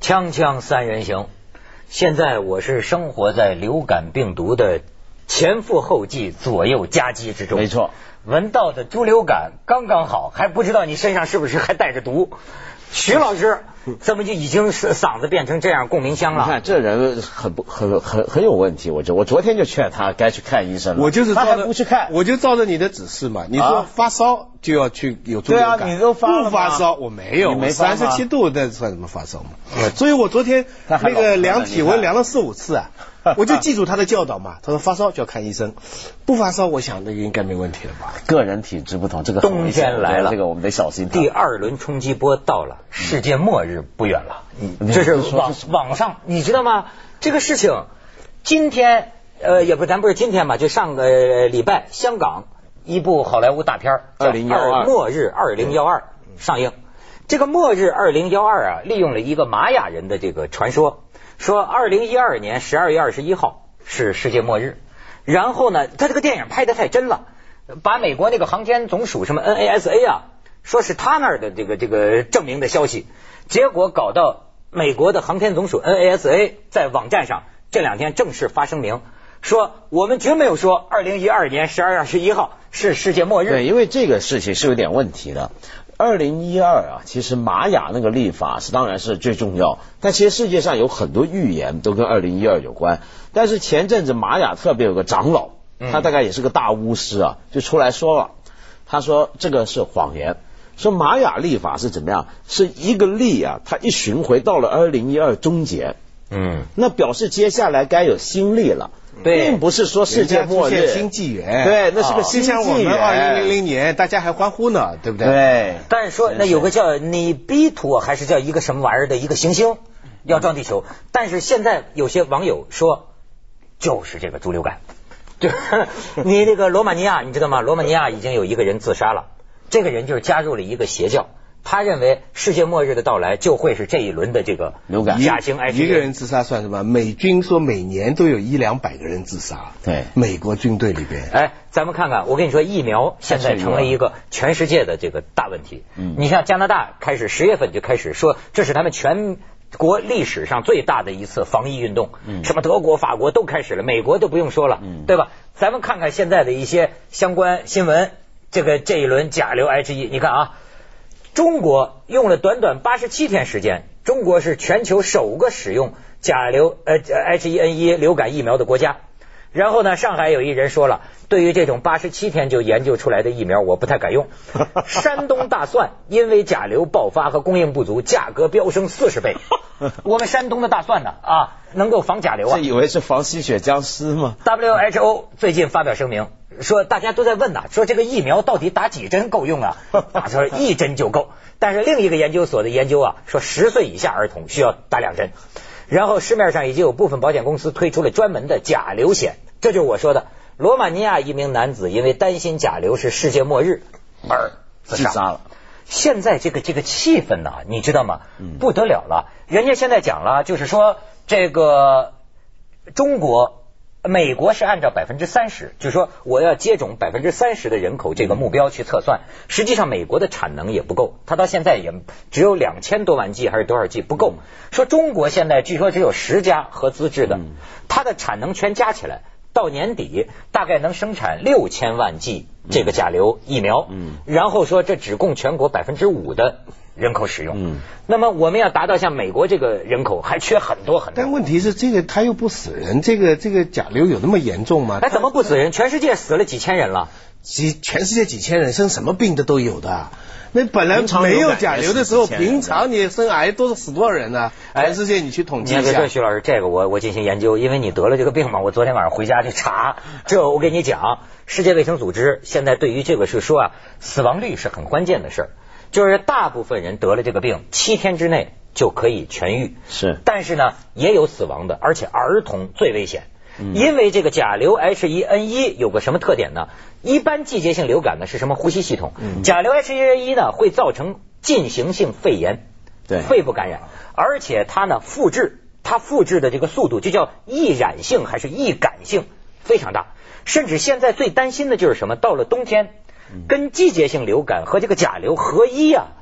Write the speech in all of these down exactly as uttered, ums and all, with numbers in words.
锵锵三人行，现在我是生活在流感病毒的前赴后继、左右夹击之中。 没错， 闻到的猪流感刚刚好，还不知道你身上是不是还带着毒。徐老师怎么就已经是嗓子变成这样共鸣箱了？ 你看这人很不很很很有问题，我就我昨天就劝他该去看医生了， 我就是照着不去看， 我就照着你的指示嘛。你说发烧就要去有猪流感， 对啊，你都发了不发烧我没有， 你没发吗三十七度，那算什么发烧嘛？所以我昨天那个量体温量了四五次啊，我就记住他的教导嘛。他说发烧就要看医生，不发烧我想那个应该没问题了吧？ 个人体质不同，这个冬天来了， 这个我们得小心。 第二轮冲击波到了，世界末日不远了。嗯，这是网网上你知道吗？这个事情今天呃也不咱不是今天嘛，就上个礼拜香港一部好莱坞大片二零一二末日二零一二上映。这个末日二零一二啊，利用了一个玛雅人的这个传说，说二零一二年十二月二十一号是世界末日。然后呢，他这个电影拍得太真了，把美国那个航天总署什么 N A S A 啊，说是他那儿的这个这个证明的消息，结果搞到美国的航天总署 N A S A 在网站上这两天正式发声明，说我们绝没有说二零一二年十二月二十一号是世界末日。 对，因为这个事情是有点问题的。二零一二啊，其实玛雅那个历法是当然是最重要，但其实世界上有很多预言都跟二零一二有关。但是前阵子玛雅特别有个长老，他大概也是个大巫师啊，就出来说了，他说这个是谎言，说玛雅历法是怎么样，是一个历啊，它一巡回到了二零一二终结，嗯，那表示接下来该有新历了。 对， 并不是说世界末日新纪元， 对，那是个新纪元。 就像我们二零零零年大家还欢呼呢，对不对？ 对。 但是说那有个叫尼比图还是叫一个什么玩意儿的一个行星要撞地球，但是现在有些网友说就是这个猪流感，就你这个罗马尼亚你知道吗？罗马尼亚已经有一个人自杀了，这个人就是加入了一个邪教。他认为世界末日的到来就会是这一轮的这个流感甲型癌。 一个人自杀算什么？美军说每年都有一两百个人自杀。 对， 美国军队里边。 哎，咱们看看，我跟你说，疫苗现在成了一个全世界的这个大问题。嗯，你像加拿大开始十月份就开始说，这是他们全国历史上最大的一次防疫运动。嗯，什么德国、法国都开始了，美国都不用说了，嗯，对吧？咱们看看现在的一些相关新闻，这个这一轮甲流 H 一，你看啊。中国用了短短八十七天时间，中国是全球首个使用甲流呃 H 一 N 一 流感疫苗的国家。然后呢，上海有一人说了，对于这种八十七天就研究出来的疫苗，我不太敢用。山东大蒜因为甲流爆发和供应不足，价格飙升四十倍。我们山东的大蒜呢啊，能够防甲流啊？ 是以为是防吸血僵尸吗 ？W H O 最近发表声明。说大家都在问呐、啊，说这个疫苗到底打几针够用啊？啊，说一针就够。但是另一个研究所的研究啊，说十岁以下儿童需要打两针。然后市面上已经有部分保险公司推出了专门的甲流险，这就是我说的。罗马尼亚一名男子因为担心甲流是世界末日而自杀了。 现在这个这个气氛呢、啊，你知道吗？不得了了，人家现在讲了，就是说这个中国。美国是按照百分之三十，就是说我要接种百分之三十的人口这个目标去测算，实际上美国的产能也不够，它到现在也只有两千多万剂还是多少剂不够。说中国现在据说只有十家合资制的，它的产能全加起来，到年底大概能生产六千万剂这个甲流疫苗，然后说这只供全国百分之五的人口使用。嗯，那么我们要达到像美国这个人口还缺很多很多。 但问题是这个他又不死人，这个这个甲流有那么严重吗？ 哎，怎么不死人？全世界死了几千人了， 几全世界几千人生什么病的都有的。那本来没有甲流的时候，平常你生癌都是死多少人呢？全世界你去统计一下。 你看，徐老师，这个我我进行研究，因为你得了这个病嘛，我昨天晚上回家去查。这我跟你讲，世界卫生组织现在对于这个是说啊，死亡率是很关键的事儿。就是大部分人得了这个病，七天之内就可以痊愈。 是， 但是呢，也有死亡的，而且儿童最危险。嗯、因为这个甲流 H 一 N 一 有个什么特点呢？一般季节性流感呢是什么？呼吸系统。嗯、甲流 H 一 N 一 呢会造成进行性肺炎， 对， 肺部感染，而且它呢复制，它复制的这个速度就叫易染性还是易感性非常大。甚至现在最担心的就是什么？到了冬天。跟季节性流感和这个甲流合一啊，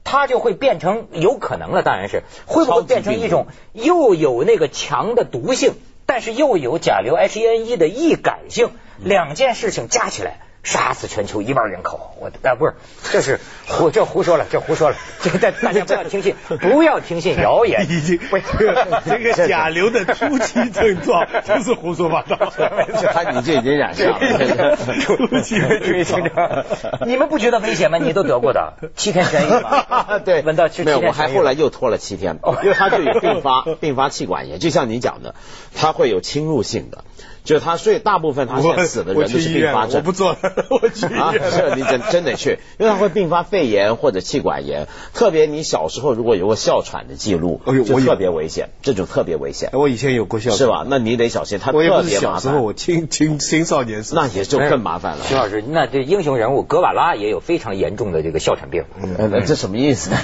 它就会变成有可能了，当然是会不会变成一种又有那个强的毒性，但是又有甲流 H 一 N 一 的易感性，两件事情加起来杀死全球一万人口。我啊不是，这是胡这胡说了，这胡说了，这大大家不要听信，不要听信谣言。 已经不这个甲流的初期症状就是胡说八道， 他你这已经染上了。 初期症状， 你们不觉得危险吗？你都得过的七天痊愈嘛？ 对， 闻到七没有，我还后来又拖了七天，因为它就有并发并发气管炎，就像你讲的，它会有侵入性的。就是他，所以大部分他现在死的人都是并发症。 我不做了，我去医院。 啊，是你真真得去，因为他会并发肺炎或者气管炎。特别你小时候如果有过哮喘的记录， 哎呦， 就特别危险，这种特别危险。 我以前有过哮喘， 是吧？那你得小心，他特别麻烦。 我也不是小时候，我青青青少年时， 那也就更麻烦了。 徐老师，那这英雄人物格瓦拉也有非常严重的这个哮喘病， 嗯，这什么意思呢？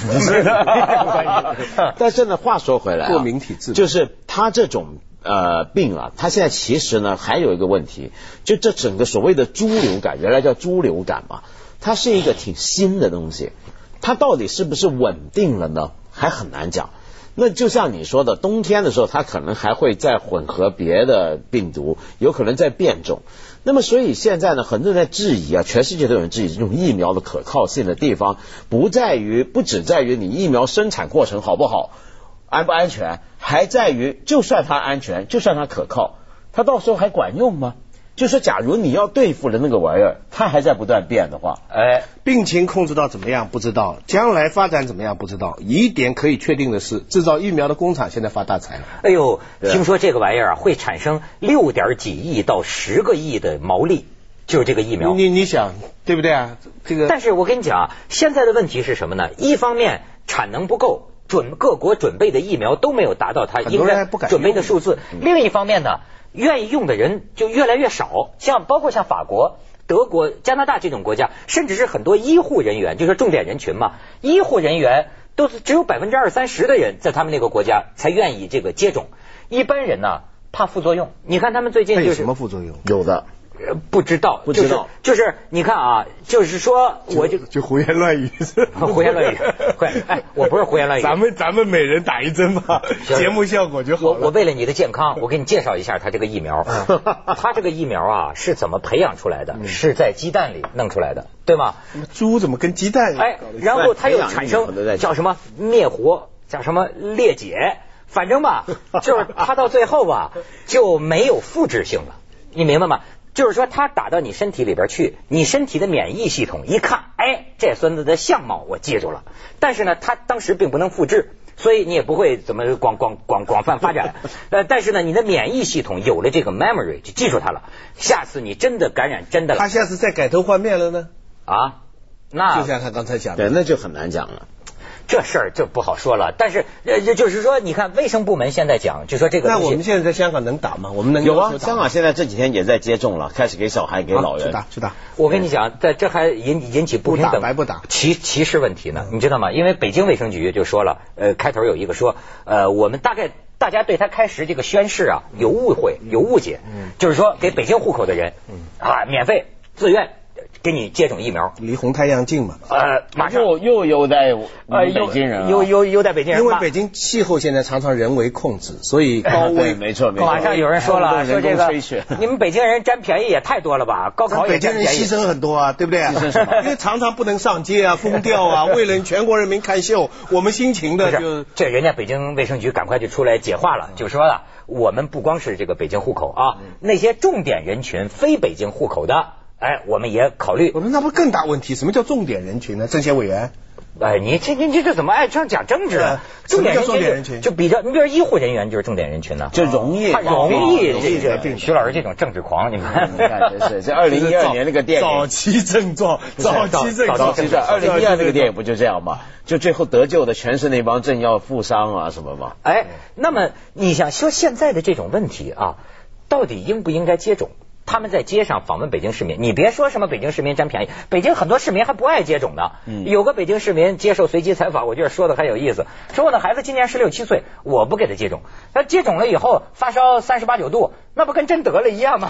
但是呢，话说回来， 过敏体质就是他这种。呃，病啊，它现在其实呢还有一个问题，就这整个所谓的猪流感，原来叫猪流感嘛，它是一个挺新的东西，它到底是不是稳定了呢？还很难讲。那就像你说的，冬天的时候它可能还会再混合别的病毒，有可能在变种。那么所以现在呢，很多人在质疑啊，全世界都有人质疑这种疫苗的可靠性的地方，不在于不只在于你疫苗生产过程好不好。安不安全，还在于就算它安全，就算它可靠，它到时候还管用吗？就说假如你要对付的那个玩意儿，它还在不断变的话， 哎，病情控制到怎么样不知道，将来发展怎么样不知道。一点可以确定的是，制造疫苗的工厂现在发大财了。 哎呦，听说这个玩意儿啊会产生六点几亿到十个亿的毛利，就是这个疫苗。 你你想对不对啊？这个， 但是我跟你讲啊，现在的问题是什么呢？一方面产能不够。准各国准备的疫苗都没有达到它应该准备的数字。另一方面呢，愿意用的人就越来越少。像包括像法国、德国、加拿大这种国家，甚至是很多医护人员，就是重点人群嘛，医护人员都是只有百分之二三十的人在他们那个国家才愿意这个接种。一般人呢怕副作用，你看他们最近就是有什么副作用？ 有的。 不知道， 不知道， 就是、就是、你看啊，就是说，我就就胡言乱语， 胡言乱语，哎，我不是胡言乱语， 咱们咱们每人打一针吧，节目效果就好了。 我我为了你的健康，我给你介绍一下他这个疫苗，他这个疫苗啊是怎么培养出来的？是在鸡蛋里弄出来的，对吗？ 猪怎么跟鸡蛋？ 哎，然后它又产生叫什么灭活，叫什么裂解，反正吧，就是它到最后吧就没有复制性了，你明白吗？就是说，它打到你身体里边去，你身体的免疫系统一看，哎，这孙子的相貌我记住了。但是呢，它当时并不能复制，所以你也不会怎么广广广广泛发展。呃，但是呢，你的免疫系统有了这个 memory， 就记住它了。下次你真的感染真的了， 他下次再改头换面了呢？ 啊，那就像他刚才讲的， 对，那就很难讲了。 这事儿就不好说了，但是呃，就是说，你看卫生部门现在讲，就说这个。 那我们现在在香港能打吗？我们能有啊，香港现在这几天也在接种了，开始给小孩给老人。 去打去打。 我跟你讲，在这还引引起不平等、 白不打歧歧视问题呢，你知道吗？因为北京卫生局就说了，呃，开头有一个说，呃，我们大概大家对他开始这个宣誓啊有误会、有误解，嗯，就是说给北京户口的人，嗯啊，免费自愿。给你接种疫苗， 离红太阳近嘛？ 呃，马上又又优待呃北京人， 优优优待北京人， 因为北京气候现在常常人为控制，所以高温没错没错。 马上有人说了，说这个你们北京人占便宜也太多了吧？高考也北京人牺牲很多啊，对不对？ 牺牲什么？ 因为常常不能上街啊，疯掉啊，为了全国人民看秀，我们辛勤的就这人家北京卫生局赶快就出来解话了，就说了，我们不光是这个北京户口啊，那些重点人群非北京户口的。哎，我们也考虑。 我说那不更大问题？什么叫重点人群呢？政协委员？ 哎，你这你这这怎么爱这样讲政治呢？ 重点重点人群就比较，你比如医护人员就是重点人群呢， 就容易， 他容易这这徐老师这种政治狂，你看， 你看这是这二零一二年那个电影早期症状，早期症状， 早期症，二零一二那个电影不就这样吗？就最后得救的全是那帮政要富商啊什么嘛。 哎，那么你想说现在的这种问题啊，到底应不应该接种？他们在街上访问北京市民，你别说什么北京市民占便宜，北京很多市民还不爱接种呢。嗯、有个北京市民接受随机采访，我觉得说的还有意思，说我的孩子今年十六七岁，我不给他接种，他接种了以后发烧三十八九度，那不跟真得了一样吗？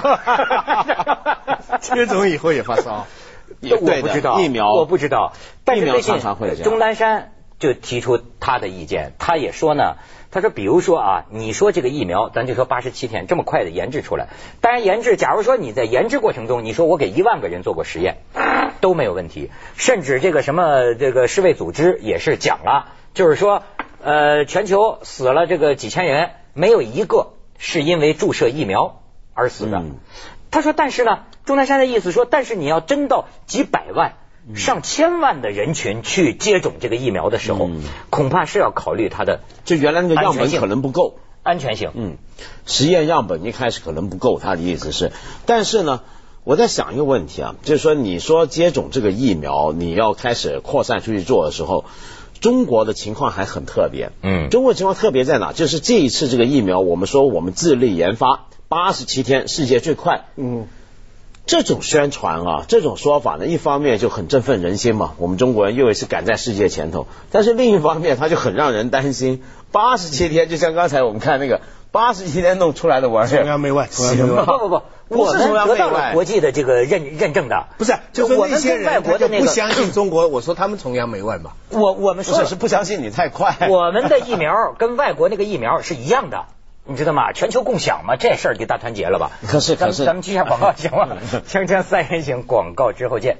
接种以后也发烧？ 我不知道疫苗， 我不知道。但是最近常常会钟南山就提出他的意见，他也说呢，他说比如说啊，你说这个疫苗，咱就说八十七天这么快的研制出来，当然研制，假如说你在研制过程中，你说我给一万个人做过实验，都没有问题，甚至这个什么这个世卫组织也是讲了，就是说呃全球死了这个几千人，没有一个是因为注射疫苗而死的。嗯、他说，但是呢，钟南山的意思说，但是你要真到几百万。上千万的人群去接种这个疫苗的时候，嗯、恐怕是要考虑它的， 就原来那个样本可能不够安全性。 嗯，实验样本一开始可能不够，他的意思是，但是呢，我在想一个问题啊，就是说，你说接种这个疫苗，你要开始扩散出去做的时候，中国的情况还很特别。嗯，中国的情况特别在哪？就是这一次这个疫苗，我们说我们自力研发，八十七天，世界最快。嗯。这种宣传啊，这种说法呢，一方面就很振奋人心嘛，我们中国人又是赶在世界前头，但是另一方面，它就很让人担心。八十七天，就像刚才我们看那个八十七天弄出来的玩意儿， 崇洋媚外，崇洋媚外。 不不不，我们得到了国际的这个认认证的， 不是，就是那些人他就不相信中国，我说他们崇洋媚外嘛。 我我们说是不相信你太快。 我们的疫苗跟外国那个疫苗是一样的。你知道吗？全球共享嘛，这事儿得大团结了吧？ 可是可是， 咱们去下广告行吗？锵锵三人行，广告之后见。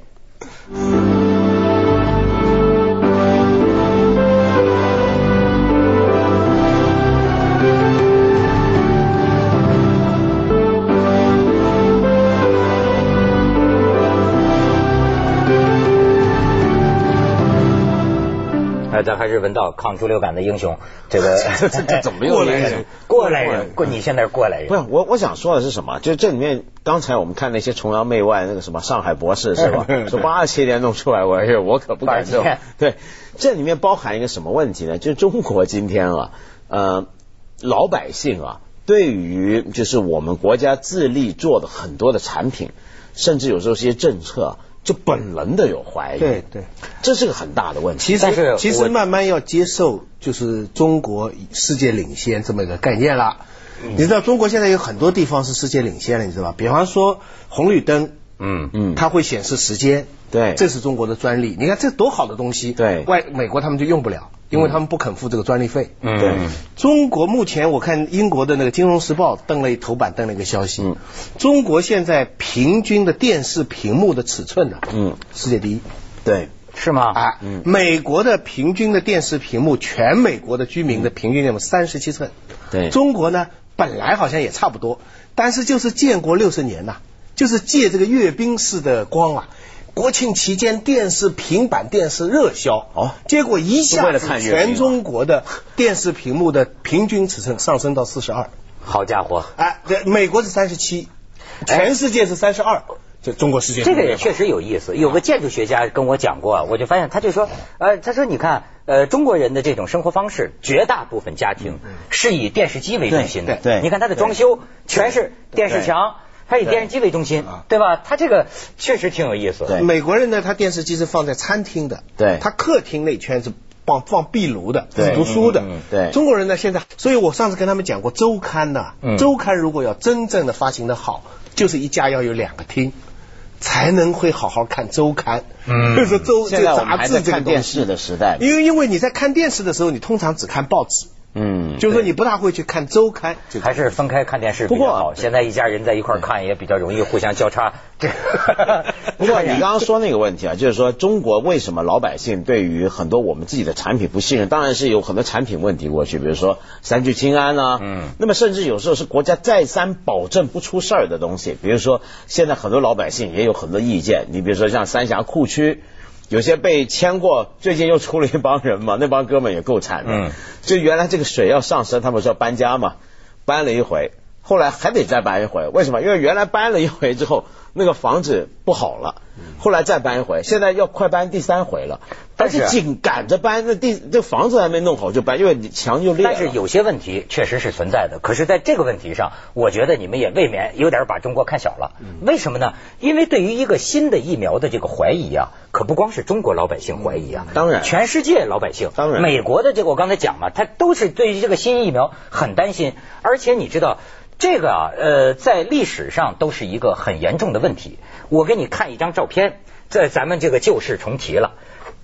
哎，咱还是闻到抗猪流感的英雄，这个这这这怎么又过来人？ 过来人，过你现在是过来人。 不是我我想说的是什么？就这里面刚才我们看那些崇洋媚外，那个什么上海博士是吧？说八十七天弄出来玩意儿，我可不敢受。对，这里面包含一个什么问题呢？就是中国今天啊，呃，老百姓啊，对于就是我们国家自力做的很多的产品，甚至有时候是一些政策。就本能的有怀疑， 对对， 这是个很大的问题。 其实其实慢慢要接受，就是中国世界领先这么一个概念了。嗯、你知道中国现在有很多地方是世界领先了，你知道吧？比方说红绿灯，嗯嗯，它会显示时间， 对， 这是中国的专利。你看这多好的东西， 对， 外美国他们就用不了。因为他们不肯付这个专利费。 嗯，对。 中国目前我看英国的那个《金融时报》登了头版登了一个消息，嗯，中国现在平均的电视屏幕的尺寸呢，嗯，世界第一。 对， 是吗？ 啊，嗯，美国的平均的电视屏幕，全美国的居民的平均屏幕三十七寸。 对， 中国呢本来好像也差不多，但是就是建国六十年呐、啊，就是借这个阅兵式的光啊。国庆期间电视平板电视热销，哦，结果一下子全中国的电视屏幕的平均尺寸上升到四十二。 好家伙！ 哎，对，美国是三十七，全世界是三十二。这中国世界这个也确实有意思。有个建筑学家跟我讲过，我就发现他就说，呃，他说你看，呃，中国人的这种生活方式，绝大部分家庭是以电视机为中心的。 对， 你看他的装修全是电视墙。他以电视机为中心，对吧？他这个确实挺有意思。 对，美国人呢，他电视机是放在餐厅的， 对， 他客厅那圈是放放壁炉的，是读书的。 嗯嗯、对， 中国人呢，现在，所以我上次跟他们讲过，周刊呢、嗯，周刊如果要真正的发行的好，就是一家要有两个厅，才能会好好看周刊。 嗯， 就是周这杂志这个看电视的时代， 因为因为你在看电视的时候，你通常只看报纸。嗯，就是说你不大会去看周刊， 还是分开看电视比较好。现在一家人在一块看也比较容易互相交叉。这不过你刚刚说那个问题啊，就是说中国为什么老百姓对于很多我们自己的产品不信任？当然是有很多产品问题过去，比如说三聚氰胺啊，嗯，那么甚至有时候是国家再三保证不出事儿的东西，比如说现在很多老百姓也有很多意见，你比如说像三峡库区。有些被签过，最近又出了一帮人嘛，那帮哥们也够惨的。嗯，就原来这个水要上升，他们说搬家嘛，搬了一回，后来还得再搬一回。为什么？因为原来搬了一回之后，那个房子不好了，后来再搬一回，现在要快搬第三回了。但是紧赶着搬，那地这房子还没弄好就搬，因为墙就裂了。 但是有些问题确实是存在的，可是在这个问题上，我觉得你们也未免有点把中国看小了。嗯、为什么呢？因为对于一个新的疫苗的这个怀疑啊，可不光是中国老百姓怀疑啊， 当然， 全世界老百姓， 当然， 美国的这个我刚才讲嘛，他都是对于这个新疫苗很担心，而且你知道。这个啊，呃，在历史上都是一个很严重的问题。我给你看一张照片，在咱们这个旧事重提了。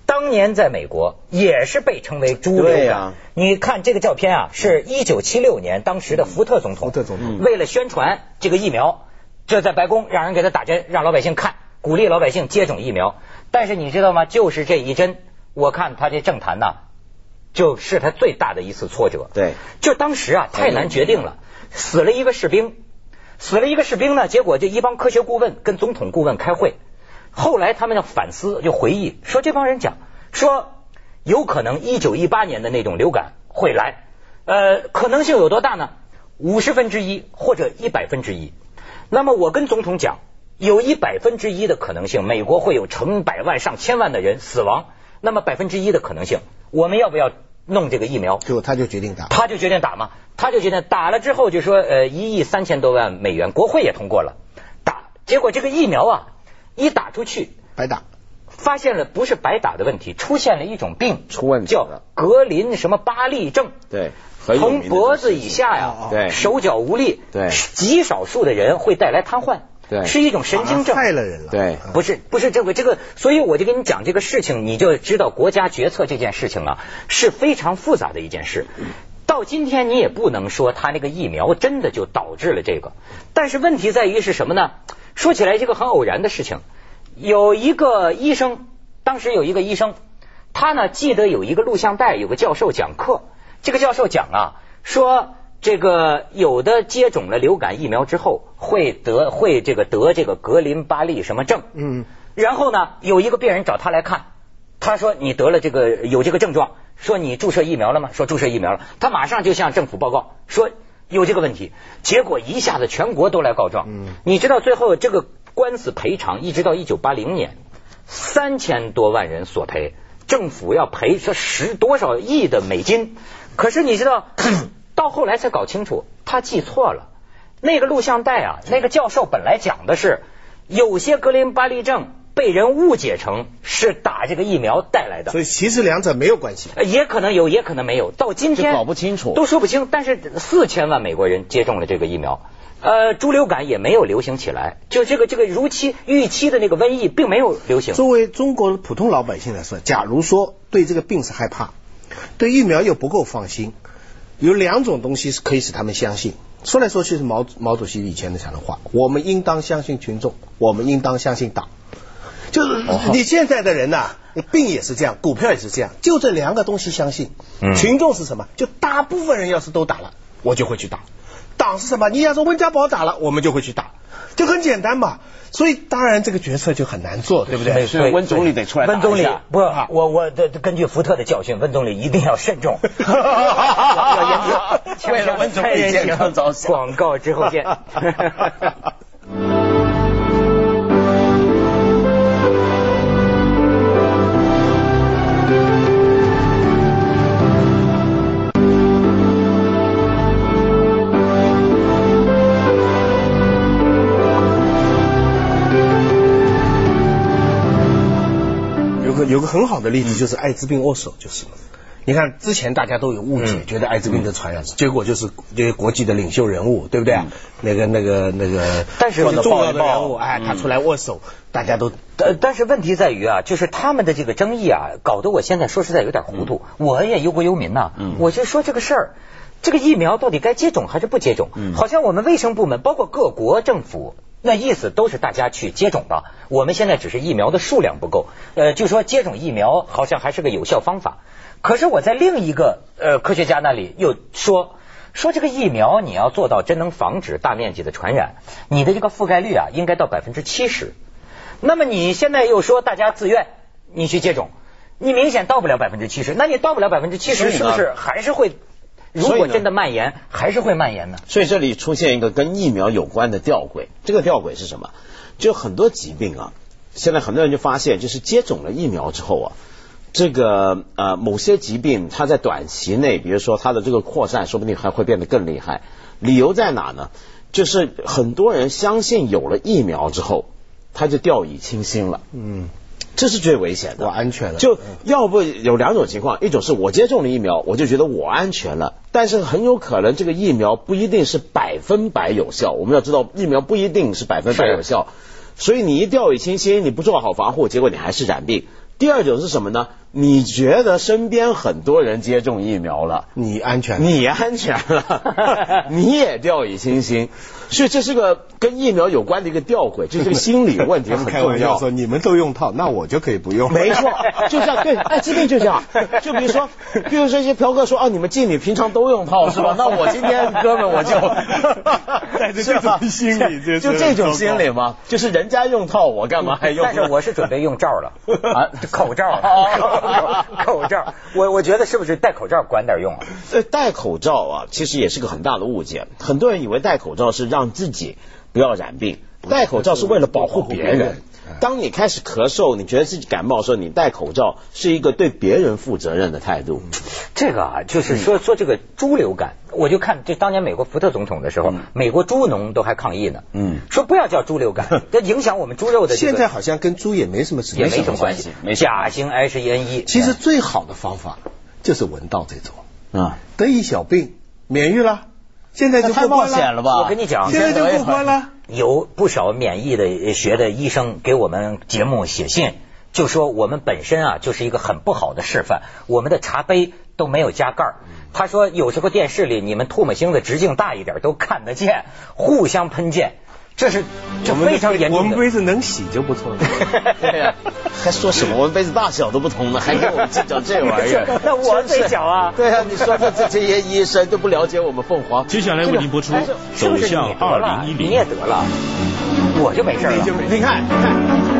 当年在美国也是被称为猪流感。啊、你看这个照片啊，是一九七六年当时的福特总统， 福特总统为了宣传这个疫苗，这在白宫让人给他打针，让老百姓看，鼓励老百姓接种疫苗。但是你知道吗？就是这一针，我看他这政坛呐，就是他最大的一次挫折。 对， 就当时啊太难决定了，死了一个士兵，死了一个士兵呢，结果这一帮科学顾问跟总统顾问开会。后来他们要反思，就回忆说，这帮人讲说，有可能一九一八年的那种流感会来，呃，可能性有多大呢？五十分之一或者一百分之一。那么我跟总统讲，有一百分之一的可能性，美国会有成百万上千万的人死亡。那么百分之一的可能性，我们要不要弄这个疫苗？ 结果他就决定打， 他就决定打嘛，他就决定打了之后就说，呃，一亿三千多万美元，国会也通过了打。结果这个疫苗啊，一打出去白打， 发现了不是白打的问题，出现了一种病， 出问题叫格林什么巴利症。 对， 从脖子以下呀， 对， 手脚无力， 对， 极少数的人会带来瘫痪， 对， 是一种神经症， 害了人了。 对， 不是不是这个这个，所以我就跟你讲这个事情，你就知道国家决策这件事情啊是非常复杂的一件事。到今天你也不能说他那个疫苗真的就导致了这个，但是问题在于是什么呢？说起来这个很偶然的事情，有一个医生，当时有一个医生，他呢记得有一个录像带，有个教授讲课，这个教授讲啊，说这个有的接种了流感疫苗之后会得会这个得这个格林巴利什么症，嗯，然后呢有一个病人找他来看，他说你得了这个有这个症状，说你注射疫苗了吗？说注射疫苗了，他马上就向政府报告说有这个问题，结果一下子全国都来告状。嗯，你知道最后这个官司赔偿一直到一九八零年，三千多万人索赔，政府要赔说十多少亿的美金。可是你知道，到后来才搞清楚，他记错了。那个录像带啊，那个教授本来讲的是有些格林巴利症被人误解成是打这个疫苗带来的， 所以其实两者没有关系， 也可能有，也可能没有，到今天搞不清楚， 都说不清。但是四千万美国人接种了这个疫苗，呃，猪流感也没有流行起来，就这个这个如期预期的那个瘟疫并没有流行。 作为中国的普通老百姓来说，假如说对这个病是害怕，对疫苗又不够放心，有两种东西是可以使他们相信。说来说去是毛毛主席以前的讲的话，我们应当相信群众，我们应当相信党。就是你现在的人呐、啊，病也是这样，股票也是这样，就这两个东西相信。嗯、群众是什么？就大部分人要是都打了，我就会去打。党是什么？你要说温家宝打了，我们就会去打，就很简单嘛。所以当然这个决策就很难做，对不对？ 所以温总理得出来打一下。 温总理不，我我的根据福特的教训，温总理一定要慎重，要严谨， 为了温总理健康着想。 广告之后见。 有个很好的例子就是艾滋病握手，就是你看之前大家都有误解，嗯、觉得艾滋病的传染，嗯、结果就是这些国际的领袖人物，对不对？嗯、那个那个那个， 但是重要的人物，哎，他出来握手，嗯、大家都。 呃，但是问题在于啊，就是他们的这个争议啊，搞得我现在说实在有点糊涂。嗯、我也忧国忧民呐、啊，嗯、我就说这个事儿，这个疫苗到底该接种还是不接种？嗯、好像我们卫生部门，包括各国政府。那意思都是大家去接种吧，我们现在只是疫苗的数量不够，呃，就说接种疫苗好像还是个有效方法。可是我在另一个呃科学家那里又说说这个疫苗你要做到真能防止大面积的传染，你的这个覆盖率啊应该到百分之七十。那么你现在又说大家自愿你去接种，你明显到不了百分之七十，那你到不了百分之七十，是不是还是会？如果真的蔓延，还是会蔓延呢。 所以这里出现一个跟疫苗有关的吊诡，这个吊诡是什么？就很多疾病啊，现在很多人就发现，就是接种了疫苗之后啊，这个呃某些疾病它在短期内，比如说它的这个扩散，说不定还会变得更厉害。理由在哪呢？就是很多人相信有了疫苗之后，他就掉以轻心了。嗯。这是最危险的， 我安全了。 就要不有两种情况，一种是我接种了疫苗，我就觉得我安全了，但是很有可能这个疫苗不一定是百分百有效。我们要知道，疫苗不一定是百分百有效，所以你一掉以轻心，你不做好防护，结果你还是染病。 第二种是什么呢？你觉得身边很多人接种疫苗了， 你安全了， 你安全了，你也掉以轻心，所以这是个跟疫苗有关的一个吊诡，这是个心理问题，很重要。 开玩笑说你们都用套，那我就可以不用。 没错，就这样，对，艾滋病就这样。就比如说，比如说一些嫖客说，哦，你们妓女平常都用套是吧？那我今天哥们我就带着这种心理， 就这种心理嘛，就是人家用套，我干嘛还用？ 但是我是准备用罩了啊，口罩。口罩，我我觉得是不是戴口罩管点用啊？ 呃，戴口罩啊，其实也是个很大的误解。很多人以为戴口罩是让自己不要染病，戴口罩是为了保护别人。当你开始咳嗽，你觉得自己感冒的时候，你戴口罩是一个对别人负责任的态度。 这个啊，就是说说这个猪流感，我就看这当年美国福特总统的时候，嗯、美国猪农都还抗议呢，嗯，说不要叫猪流感，这影响我们猪肉的、这个。 现在好像跟猪也没什么也没什么关系，甲型 H 一 N 一。 其实最好的方法就是闻到这种啊，得一小病免疫了。现在就太冒险了吧！ 我跟你讲， 现在就过关了。 有不少免疫的学的医生给我们节目写信，就说我们本身啊就是一个很不好的示范，我们的茶杯都没有加盖儿。他说有时候电视里你们唾沫星子直径大一点都看得见，互相喷溅。这是这非常严重的。 我们杯子能洗就不错了。 对呀、啊，还说什么我们杯子大小都不同呢，还给我们计较这玩意儿？ 那我最小啊！ 对啊，你说这这这些医生都不了解我们凤凰。 接下来为您播出《走向二零一零》。 你也得了，我就没事了。 你看，你看。